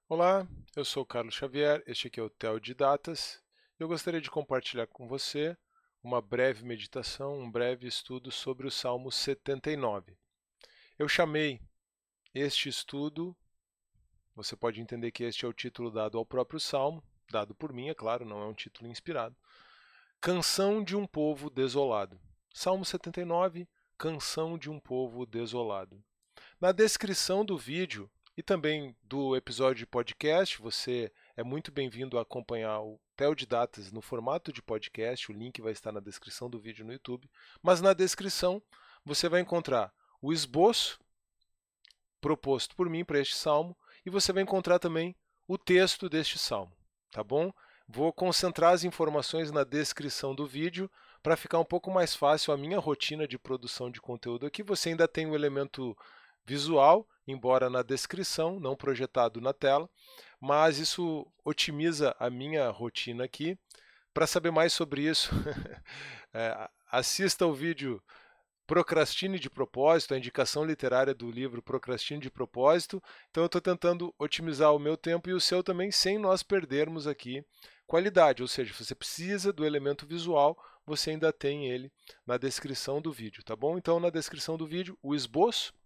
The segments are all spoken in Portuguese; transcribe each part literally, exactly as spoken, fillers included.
Olá, eu sou o Carlos Xavier, este aqui é o Theo de Datas. Eu gostaria de compartilhar com você uma breve meditação, um breve estudo sobre o Salmo setenta e nove. Eu chamei este estudo, você pode entender que este é o título dado ao próprio Salmo, dado por mim, é claro, não é um título inspirado. Canção de um povo desolado. Salmo setenta e nove, Canção de um povo desolado. Na descrição do vídeo e também do episódio de podcast, você é muito bem-vindo a acompanhar o Theo de Datas no formato de podcast, o link vai estar na descrição do vídeo no YouTube, mas na descrição você vai encontrar o esboço proposto por mim para este salmo e você vai encontrar também o texto deste salmo, tá bom? Vou concentrar as informações na descrição do vídeo para ficar um pouco mais fácil a minha rotina de produção de conteúdo aqui. Você ainda tem o elemento visual, embora na descrição, não projetado na tela, mas isso otimiza a minha rotina aqui. Para saber mais sobre isso, é, assista o vídeo Procrastine de Propósito, a indicação literária do livro Procrastine de Propósito. Então eu estou tentando otimizar o meu tempo e o seu também, sem nós perdermos aqui qualidade. Ou seja, você precisa do elemento visual, você ainda tem ele na descrição do vídeo, tá bom? Então na descrição do vídeo, o esboço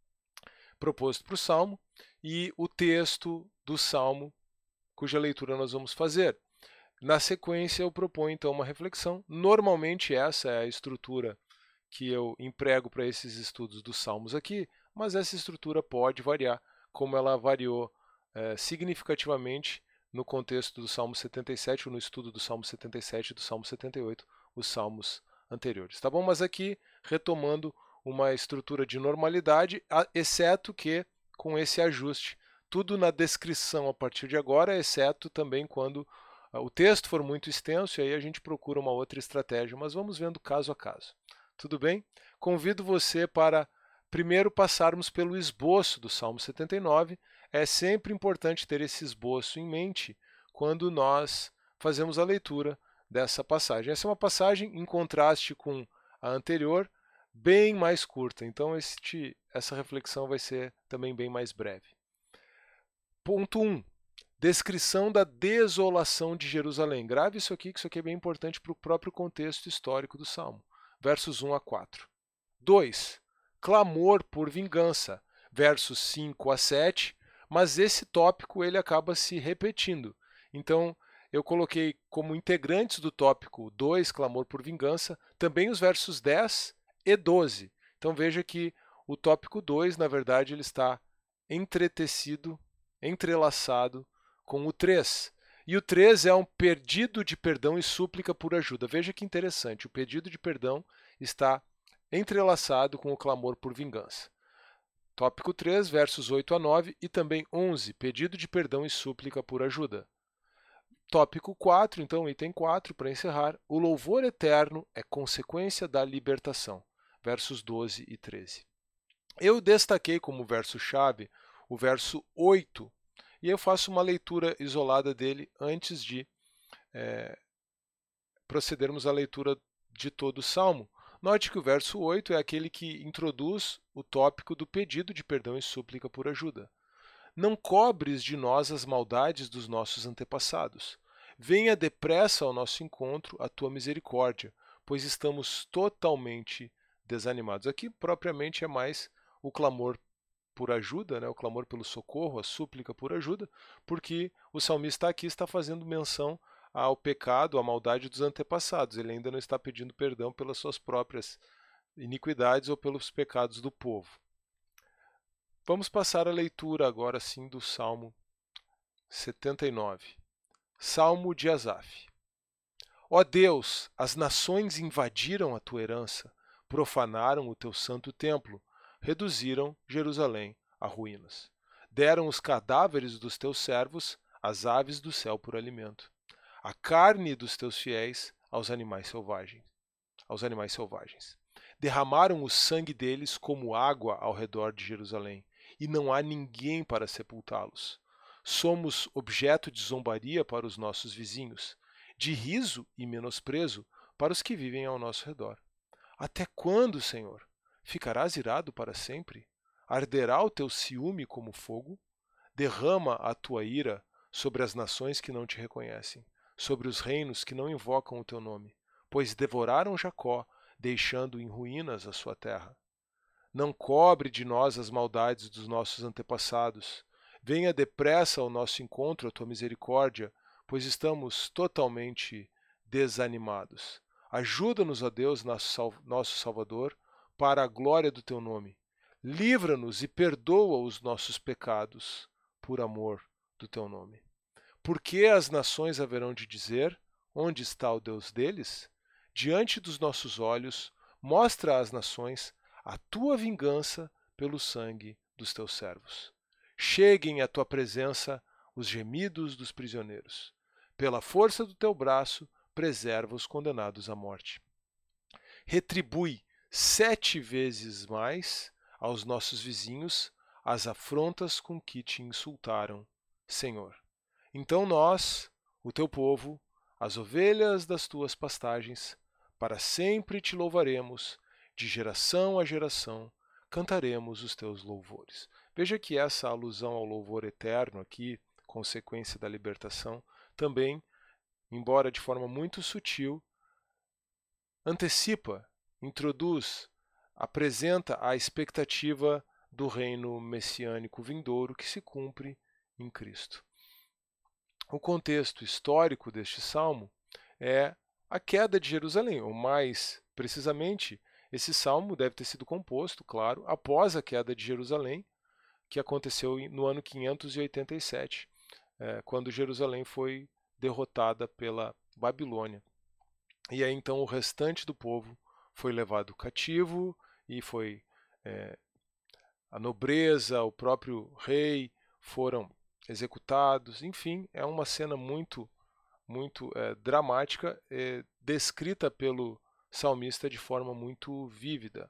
proposto para o Salmo e o texto do Salmo, cuja leitura nós vamos fazer. Na sequência, eu proponho então uma reflexão. Normalmente essa é a estrutura que eu emprego para esses estudos dos Salmos aqui, mas essa estrutura pode variar, como ela variou é, significativamente no contexto do Salmo setenta e sete, ou no estudo do Salmo setenta e sete e do Salmo setenta e oito, os salmos anteriores. Tá bom? Mas aqui, retomando uma estrutura de normalidade, exceto que com esse ajuste. Tudo na descrição a partir de agora, exceto também quando o texto for muito extenso, e aí a gente procura uma outra estratégia, mas vamos vendo caso a caso. Tudo bem? Convido você para primeiro passarmos pelo esboço do Salmo setenta e nove. É sempre importante ter esse esboço em mente quando nós fazemos a leitura dessa passagem. Essa é uma passagem em contraste com a anterior, bem mais curta. Então este, essa reflexão vai ser também bem mais breve. Ponto um. Descrição da desolação de Jerusalém. Grave isso aqui, que isso aqui é bem importante para o próprio contexto histórico do Salmo. Versos um a quatro. dois. Clamor por vingança. Versos cinco a sete. Mas esse tópico ele acaba se repetindo. Então, eu coloquei como integrantes do tópico dois, clamor por vingança, também os versos dez e doze. Então veja que o tópico dois, na verdade, ele está entretecido, entrelaçado com o três. E o três é um pedido de perdão e súplica por ajuda. Veja que interessante, o pedido de perdão está entrelaçado com o clamor por vingança. Tópico três, versos oito a nove e também onze, pedido de perdão e súplica por ajuda. Tópico quatro, então item quatro, para encerrar, o louvor eterno é consequência da libertação. Versos doze e treze. Eu destaquei como verso-chave o verso oito, e eu faço uma leitura isolada dele antes de é, procedermos à leitura de todo o Salmo. Note que o verso oito é aquele que introduz o tópico do pedido de perdão e súplica por ajuda. Não cobres de nós as maldades dos nossos antepassados. Venha depressa ao nosso encontro a tua misericórdia, pois estamos totalmente desanimados. Aqui propriamente é mais o clamor por ajuda, né, o clamor pelo socorro, a súplica por ajuda, porque o salmista aqui está fazendo menção ao pecado, à maldade dos antepassados. Ele ainda não está pedindo perdão pelas suas próprias iniquidades ou pelos pecados do povo. Vamos passar a leitura agora sim do Salmo setenta e nove. Salmo de Asaf. Ó Deus, as nações invadiram a tua herança, profanaram o teu santo templo, reduziram Jerusalém a ruínas. Deram os cadáveres dos teus servos às aves do céu por alimento, a carne dos teus fiéis aos animais selvagens, aos animais selvagens. Derramaram o sangue deles como água ao redor de Jerusalém, e não há ninguém para sepultá-los. Somos objeto de zombaria para os nossos vizinhos, de riso e menosprezo para os que vivem ao nosso redor. Até quando, Senhor? Ficarás irado para sempre? Arderá o teu ciúme como fogo? Derrama a tua ira sobre as nações que não te reconhecem, sobre os reinos que não invocam o teu nome, pois devoraram Jacó, deixando em ruínas a sua terra. Não cobre de nós as maldades dos nossos antepassados. Venha depressa ao nosso encontro a tua misericórdia, pois estamos totalmente desanimados. Ajuda-nos, ó Deus, nosso Salvador, para a glória do teu nome. Livra-nos e perdoa os nossos pecados, por amor do teu nome. Porque as nações haverão de dizer: onde está o Deus deles? Diante dos nossos olhos, mostra às nações a tua vingança pelo sangue dos teus servos. Cheguem à tua presença os gemidos dos prisioneiros. Pela força do teu braço, preserva os condenados à morte. Retribui sete vezes mais aos nossos vizinhos as afrontas com que te insultaram, Senhor. Então nós, o teu povo, as ovelhas das tuas pastagens, para sempre te louvaremos, de geração a geração, cantaremos os teus louvores. Veja que essa alusão ao louvor eterno aqui, consequência da libertação, também, embora de forma muito sutil, antecipa, introduz, apresenta a expectativa do reino messiânico vindouro que se cumpre em Cristo. O contexto histórico deste salmo é a queda de Jerusalém, ou mais precisamente, esse salmo deve ter sido composto, claro, após a queda de Jerusalém, que aconteceu no ano quinhentos e oitenta e sete, quando Jerusalém foi derrotada pela Babilônia. E aí então o restante do povo foi levado cativo e foi é, a nobreza, o próprio rei foram executados. Enfim, é uma cena muito, muito é, dramática, é, descrita pelo salmista de forma muito vívida.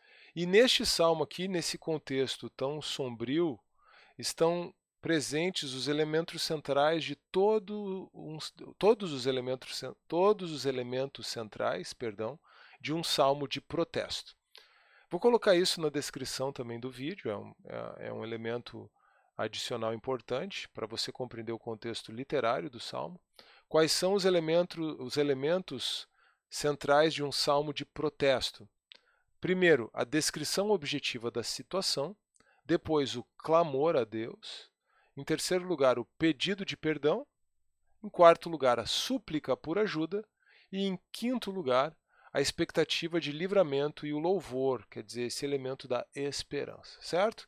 E neste salmo aqui, nesse contexto tão sombrio, estão presentes os elementos centrais de todo um, todos os elementos todos os elementos centrais, perdão, de um salmo de protesto. Vou colocar isso na descrição também do vídeo, é um, é, é um elemento adicional importante para você compreender o contexto literário do salmo. Quais são os elementos, os elementos centrais de um salmo de protesto? Primeiro, a descrição objetiva da situação, depois o clamor a Deus, em terceiro lugar, o pedido de perdão, em quarto lugar, a súplica por ajuda e em quinto lugar, a expectativa de livramento e o louvor, quer dizer, esse elemento da esperança, certo?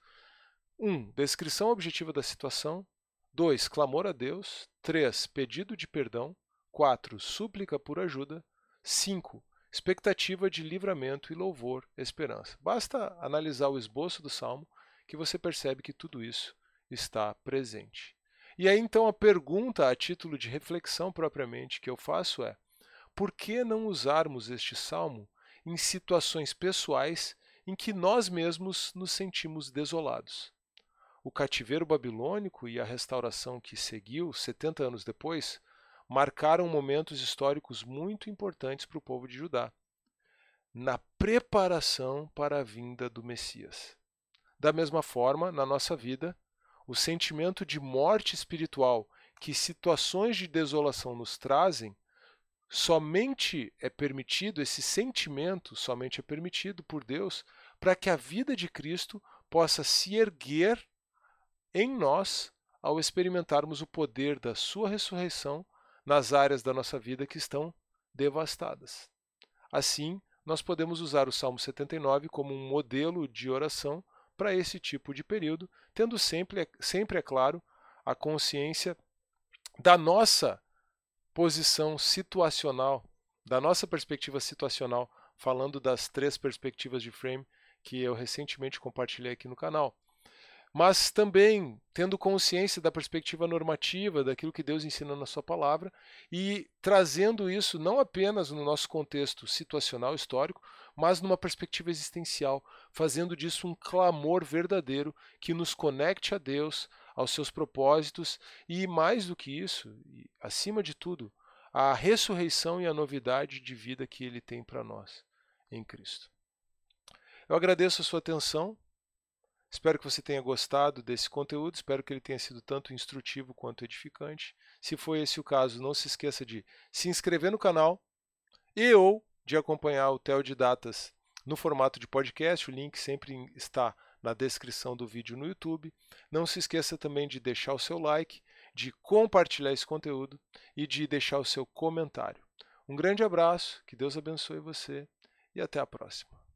um. Descrição objetiva da situação. dois. Clamor a Deus. três. Pedido de perdão. quatro. Súplica por ajuda. cinco. Expectativa de livramento e louvor, esperança. Basta analisar o esboço do Salmo que você percebe que tudo isso está presente. E aí então a pergunta a título de reflexão propriamente que eu faço é: por que não usarmos este Salmo em situações pessoais em que nós mesmos nos sentimos desolados? O cativeiro babilônico e a restauração que seguiu, setenta anos depois, marcaram momentos históricos muito importantes para o povo de Judá, na preparação para a vinda do Messias. Da mesma forma, na nossa vida, o sentimento de morte espiritual que situações de desolação nos trazem, somente é permitido, esse sentimento somente é permitido por Deus para que a vida de Cristo possa se erguer em nós ao experimentarmos o poder da sua ressurreição nas áreas da nossa vida que estão devastadas. Assim, nós podemos usar o Salmo setenta e nove como um modelo de oração para esse tipo de período, tendo sempre, sempre, é claro, a consciência da nossa posição situacional, da nossa perspectiva situacional, falando das três perspectivas de frame que eu recentemente compartilhei aqui no canal. Mas também tendo consciência da perspectiva normativa, daquilo que Deus ensina na sua palavra, e trazendo isso não apenas no nosso contexto situacional, histórico, mas numa perspectiva existencial, fazendo disso um clamor verdadeiro que nos conecte a Deus, aos seus propósitos e, mais do que isso, e acima de tudo, a ressurreição e a novidade de vida que Ele tem para nós em Cristo. Eu agradeço a sua atenção. Espero que você tenha gostado desse conteúdo, espero que ele tenha sido tanto instrutivo quanto edificante. Se foi esse o caso, não se esqueça de se inscrever no canal e ou de acompanhar o Teodidatas no formato de podcast. O link sempre está na descrição do vídeo no YouTube. Não se esqueça também de deixar o seu like, de compartilhar esse conteúdo e de deixar o seu comentário. Um grande abraço, que Deus abençoe você e até a próxima.